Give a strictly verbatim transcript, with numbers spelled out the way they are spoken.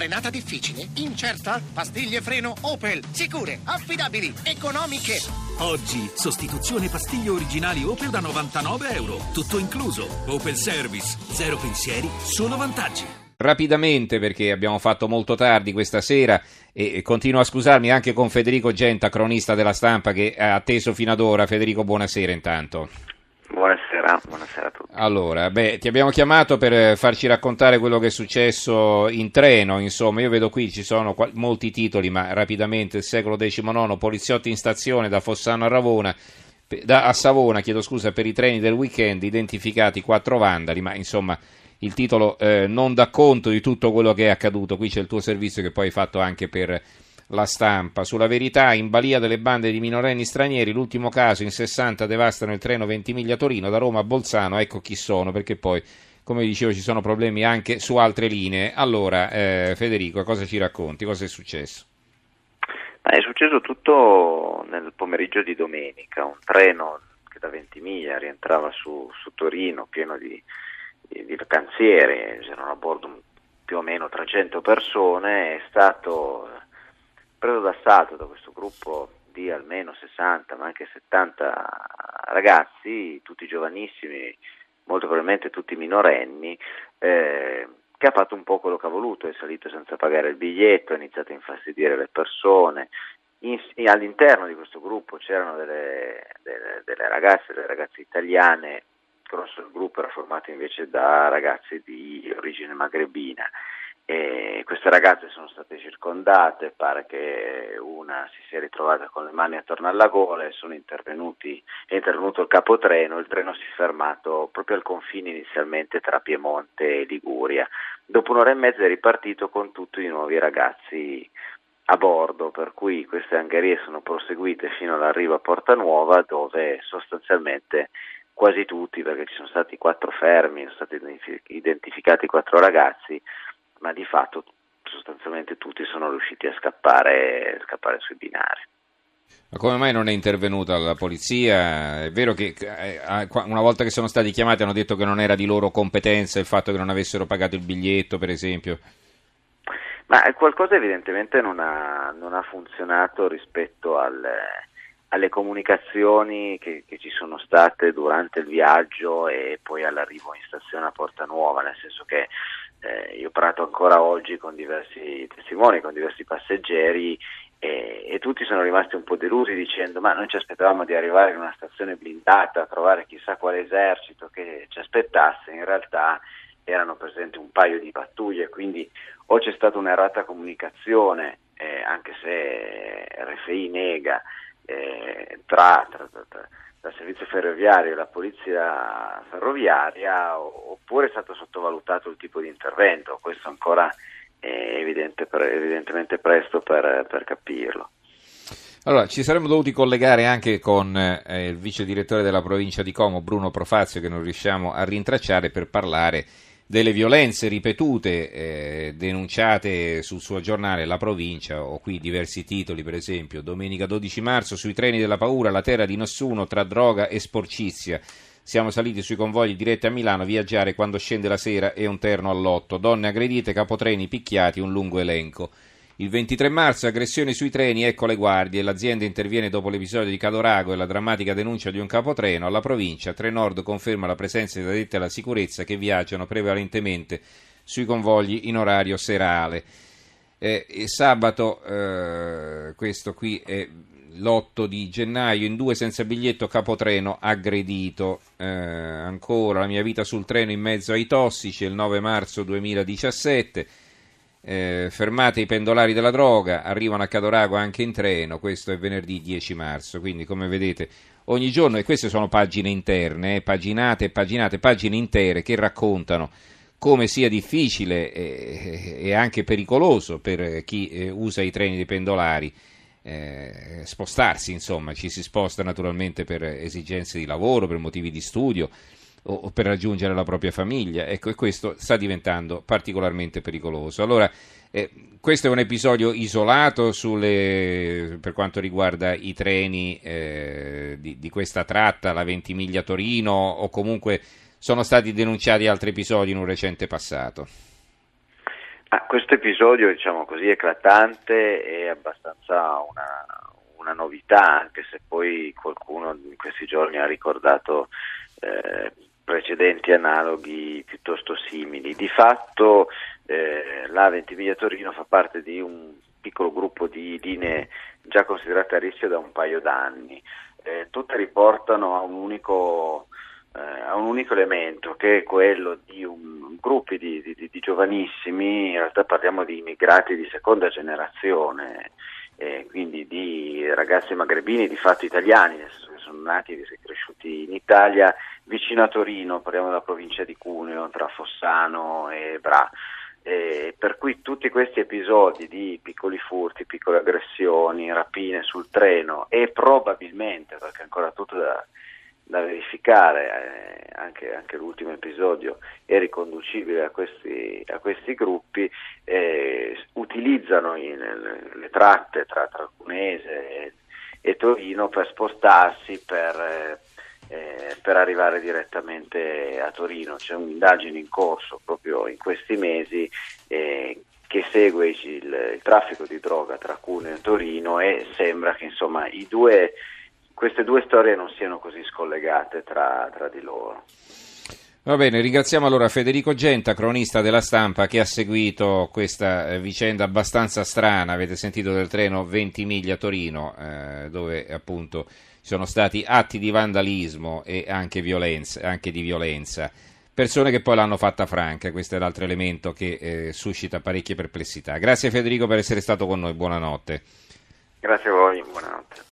Frenata difficile? Incerta? Pastiglie freno Opel. Sicure, affidabili, economiche. Oggi, sostituzione pastiglie originali Opel da novantanove euro. Tutto incluso. Opel Service. Zero pensieri, solo vantaggi. Rapidamente, perché abbiamo fatto molto tardi questa sera, e continuo a scusarmi anche con Federico Genta, cronista della Stampa, che ha atteso fino ad ora. Federico, buonasera intanto. Buonasera, buonasera a tutti. Allora, beh, ti abbiamo chiamato per farci raccontare quello che è successo in treno, insomma, io vedo qui ci sono qual- molti titoli, ma rapidamente: il secolo diciannove, poliziotti in stazione da Fossano a Ravona, da, a Savona, chiedo scusa, per i treni del weekend, identificati quattro vandali, ma insomma il titolo eh, non dà conto di tutto quello che è accaduto. Qui c'è il tuo servizio che poi hai fatto anche per La Stampa. Sulla Verità, in balia delle bande di minorenni stranieri, l'ultimo caso, in sessanta devastano il treno Ventimiglia-Torino, da Roma a Bolzano, ecco chi sono, perché poi, come dicevo, ci sono problemi anche su altre linee. Allora, eh, Federico, cosa ci racconti? Cosa è successo? È successo tutto nel pomeriggio di domenica. Un treno che da Ventimiglia rientrava su, su Torino, pieno di, di, di vacanzieri, c'erano a bordo più o meno trecento persone, è stato preso d'assalto da questo gruppo di almeno sessanta, ma anche settanta ragazzi, tutti giovanissimi, molto probabilmente tutti minorenni, eh, che ha fatto un po' quello che ha voluto, è salito senza pagare il biglietto, ha iniziato a infastidire le persone. In, all'interno di questo gruppo c'erano delle, delle, delle ragazze, delle ragazze italiane. Il grosso del gruppo era formato invece da ragazzi di origine magrebina. E queste ragazze sono state circondate, pare che una si sia ritrovata con le mani attorno alla gola, e sono intervenuti, è intervenuto il capotreno. Il treno si è fermato proprio al confine inizialmente tra Piemonte e Liguria. Dopo un'ora e mezza è ripartito con tutti i nuovi ragazzi a bordo, per cui queste angherie sono proseguite fino all'arrivo a Porta Nuova, dove sostanzialmente quasi tutti, perché ci sono stati quattro fermi, sono stati identificati quattro ragazzi, ma di fatto sostanzialmente tutti sono riusciti a scappare, scappare sui binari. Ma come mai non è intervenuta la polizia? È vero che una volta che sono stati chiamati hanno detto che non era di loro competenza il fatto che non avessero pagato il biglietto, per esempio? Ma qualcosa evidentemente non ha, non ha funzionato rispetto al, alle comunicazioni che, che ci sono state durante il viaggio e poi all'arrivo in stazione a Porta Nuova, nel senso che Eh, io ho parlato ancora oggi con diversi testimoni, con diversi passeggeri, e, e tutti sono rimasti un po' delusi dicendo: ma noi ci aspettavamo di arrivare in una stazione blindata, a trovare chissà quale esercito che ci aspettasse. In realtà erano presenti un paio di pattuglie, quindi o c'è stata un'errata comunicazione, eh, anche se R F I nega, eh, tra, tra, tra, tra dal servizio ferroviario e la polizia ferroviaria, oppure è stato sottovalutato il tipo di intervento. Questo ancora è evidente, evidentemente presto per, per capirlo. Allora, ci saremmo dovuti collegare anche con eh, il vice direttore della provincia di Como, Bruno Profazio, che non riusciamo a rintracciare, per parlare delle violenze ripetute eh, denunciate sul suo giornale La Provincia. Ho qui diversi titoli, per esempio: domenica dodici marzo, sui treni della paura, la terra di nessuno, tra droga e sporcizia. Siamo saliti sui convogli diretti a Milano, viaggiare quando scende la sera è un terno all'otto. Donne aggredite, capotreni picchiati, un lungo elenco. Il ventitré marzo, aggressioni sui treni, ecco le guardie. L'azienda interviene dopo l'episodio di Cadorago e la drammatica denuncia di un capotreno. Alla provincia, Trenord conferma la presenza di addetti alla sicurezza che viaggiano prevalentemente sui convogli in orario serale. Eh, e sabato, eh, questo qui è l'otto di gennaio, in due senza biglietto, capotreno aggredito. Eh, ancora, la mia vita sul treno in mezzo ai tossici, il nove marzo duemiladiciassette. Eh, fermate i pendolari della droga, arrivano a Cadorago anche in treno. Questo è venerdì dieci marzo. Quindi, come vedete, ogni giorno, e queste sono pagine interne, eh, paginate e paginate, pagine intere che raccontano come sia difficile e, e anche pericoloso per chi eh, usa i treni dei pendolari eh, spostarsi. Insomma, ci si sposta naturalmente per esigenze di lavoro, per motivi di studio o per raggiungere la propria famiglia, ecco, e questo sta diventando particolarmente pericoloso. Allora, eh, questo è un episodio isolato sulle, per quanto riguarda i treni eh, di, di questa tratta, la Ventimiglia-Torino, o comunque sono stati denunciati altri episodi in un recente passato? Ah, questo episodio, diciamo così, eclatante è abbastanza una, una novità, anche se poi qualcuno in questi giorni ha ricordato eh, precedenti analoghi piuttosto simili. Di fatto eh, la Ventimiglia Torino fa parte di un piccolo gruppo di linee già considerate a rischio da un paio d'anni. Eh, tutte riportano a un unico eh, a un unico elemento, che è quello di un gruppi di, di, di giovanissimi, in realtà parliamo di immigrati di seconda generazione, eh, quindi di ragazzi magrebini di fatto italiani, nel senso che sono nati e cresciuti in Italia, vicino a Torino, parliamo della provincia di Cuneo, tra Fossano e Bra. Eh, per cui tutti questi episodi di piccoli furti, piccole aggressioni, rapine sul treno e probabilmente, perché è ancora tutto da, da verificare, eh, anche, anche l'ultimo episodio è riconducibile a questi, a questi gruppi, eh, utilizzano in, le tratte tra, tra Cunese e, e Torino per spostarsi, per... Eh, Eh, per arrivare direttamente a Torino. C'è un'indagine in corso proprio in questi mesi eh, che segue il, il traffico di droga tra Cuneo e Torino, e sembra che insomma i due, queste due storie non siano così scollegate tra, tra di loro. Va bene, ringraziamo allora Federico Genta, cronista della Stampa, che ha seguito questa vicenda abbastanza strana. Avete sentito del treno Ventimiglia Torino, eh, dove appunto ci sono stati atti di vandalismo e anche violenza, anche di violenza. Persone che poi l'hanno fatta franca, questo è l'altro elemento che eh, suscita parecchie perplessità. Grazie Federico per essere stato con noi, buonanotte. Grazie a voi, buonanotte.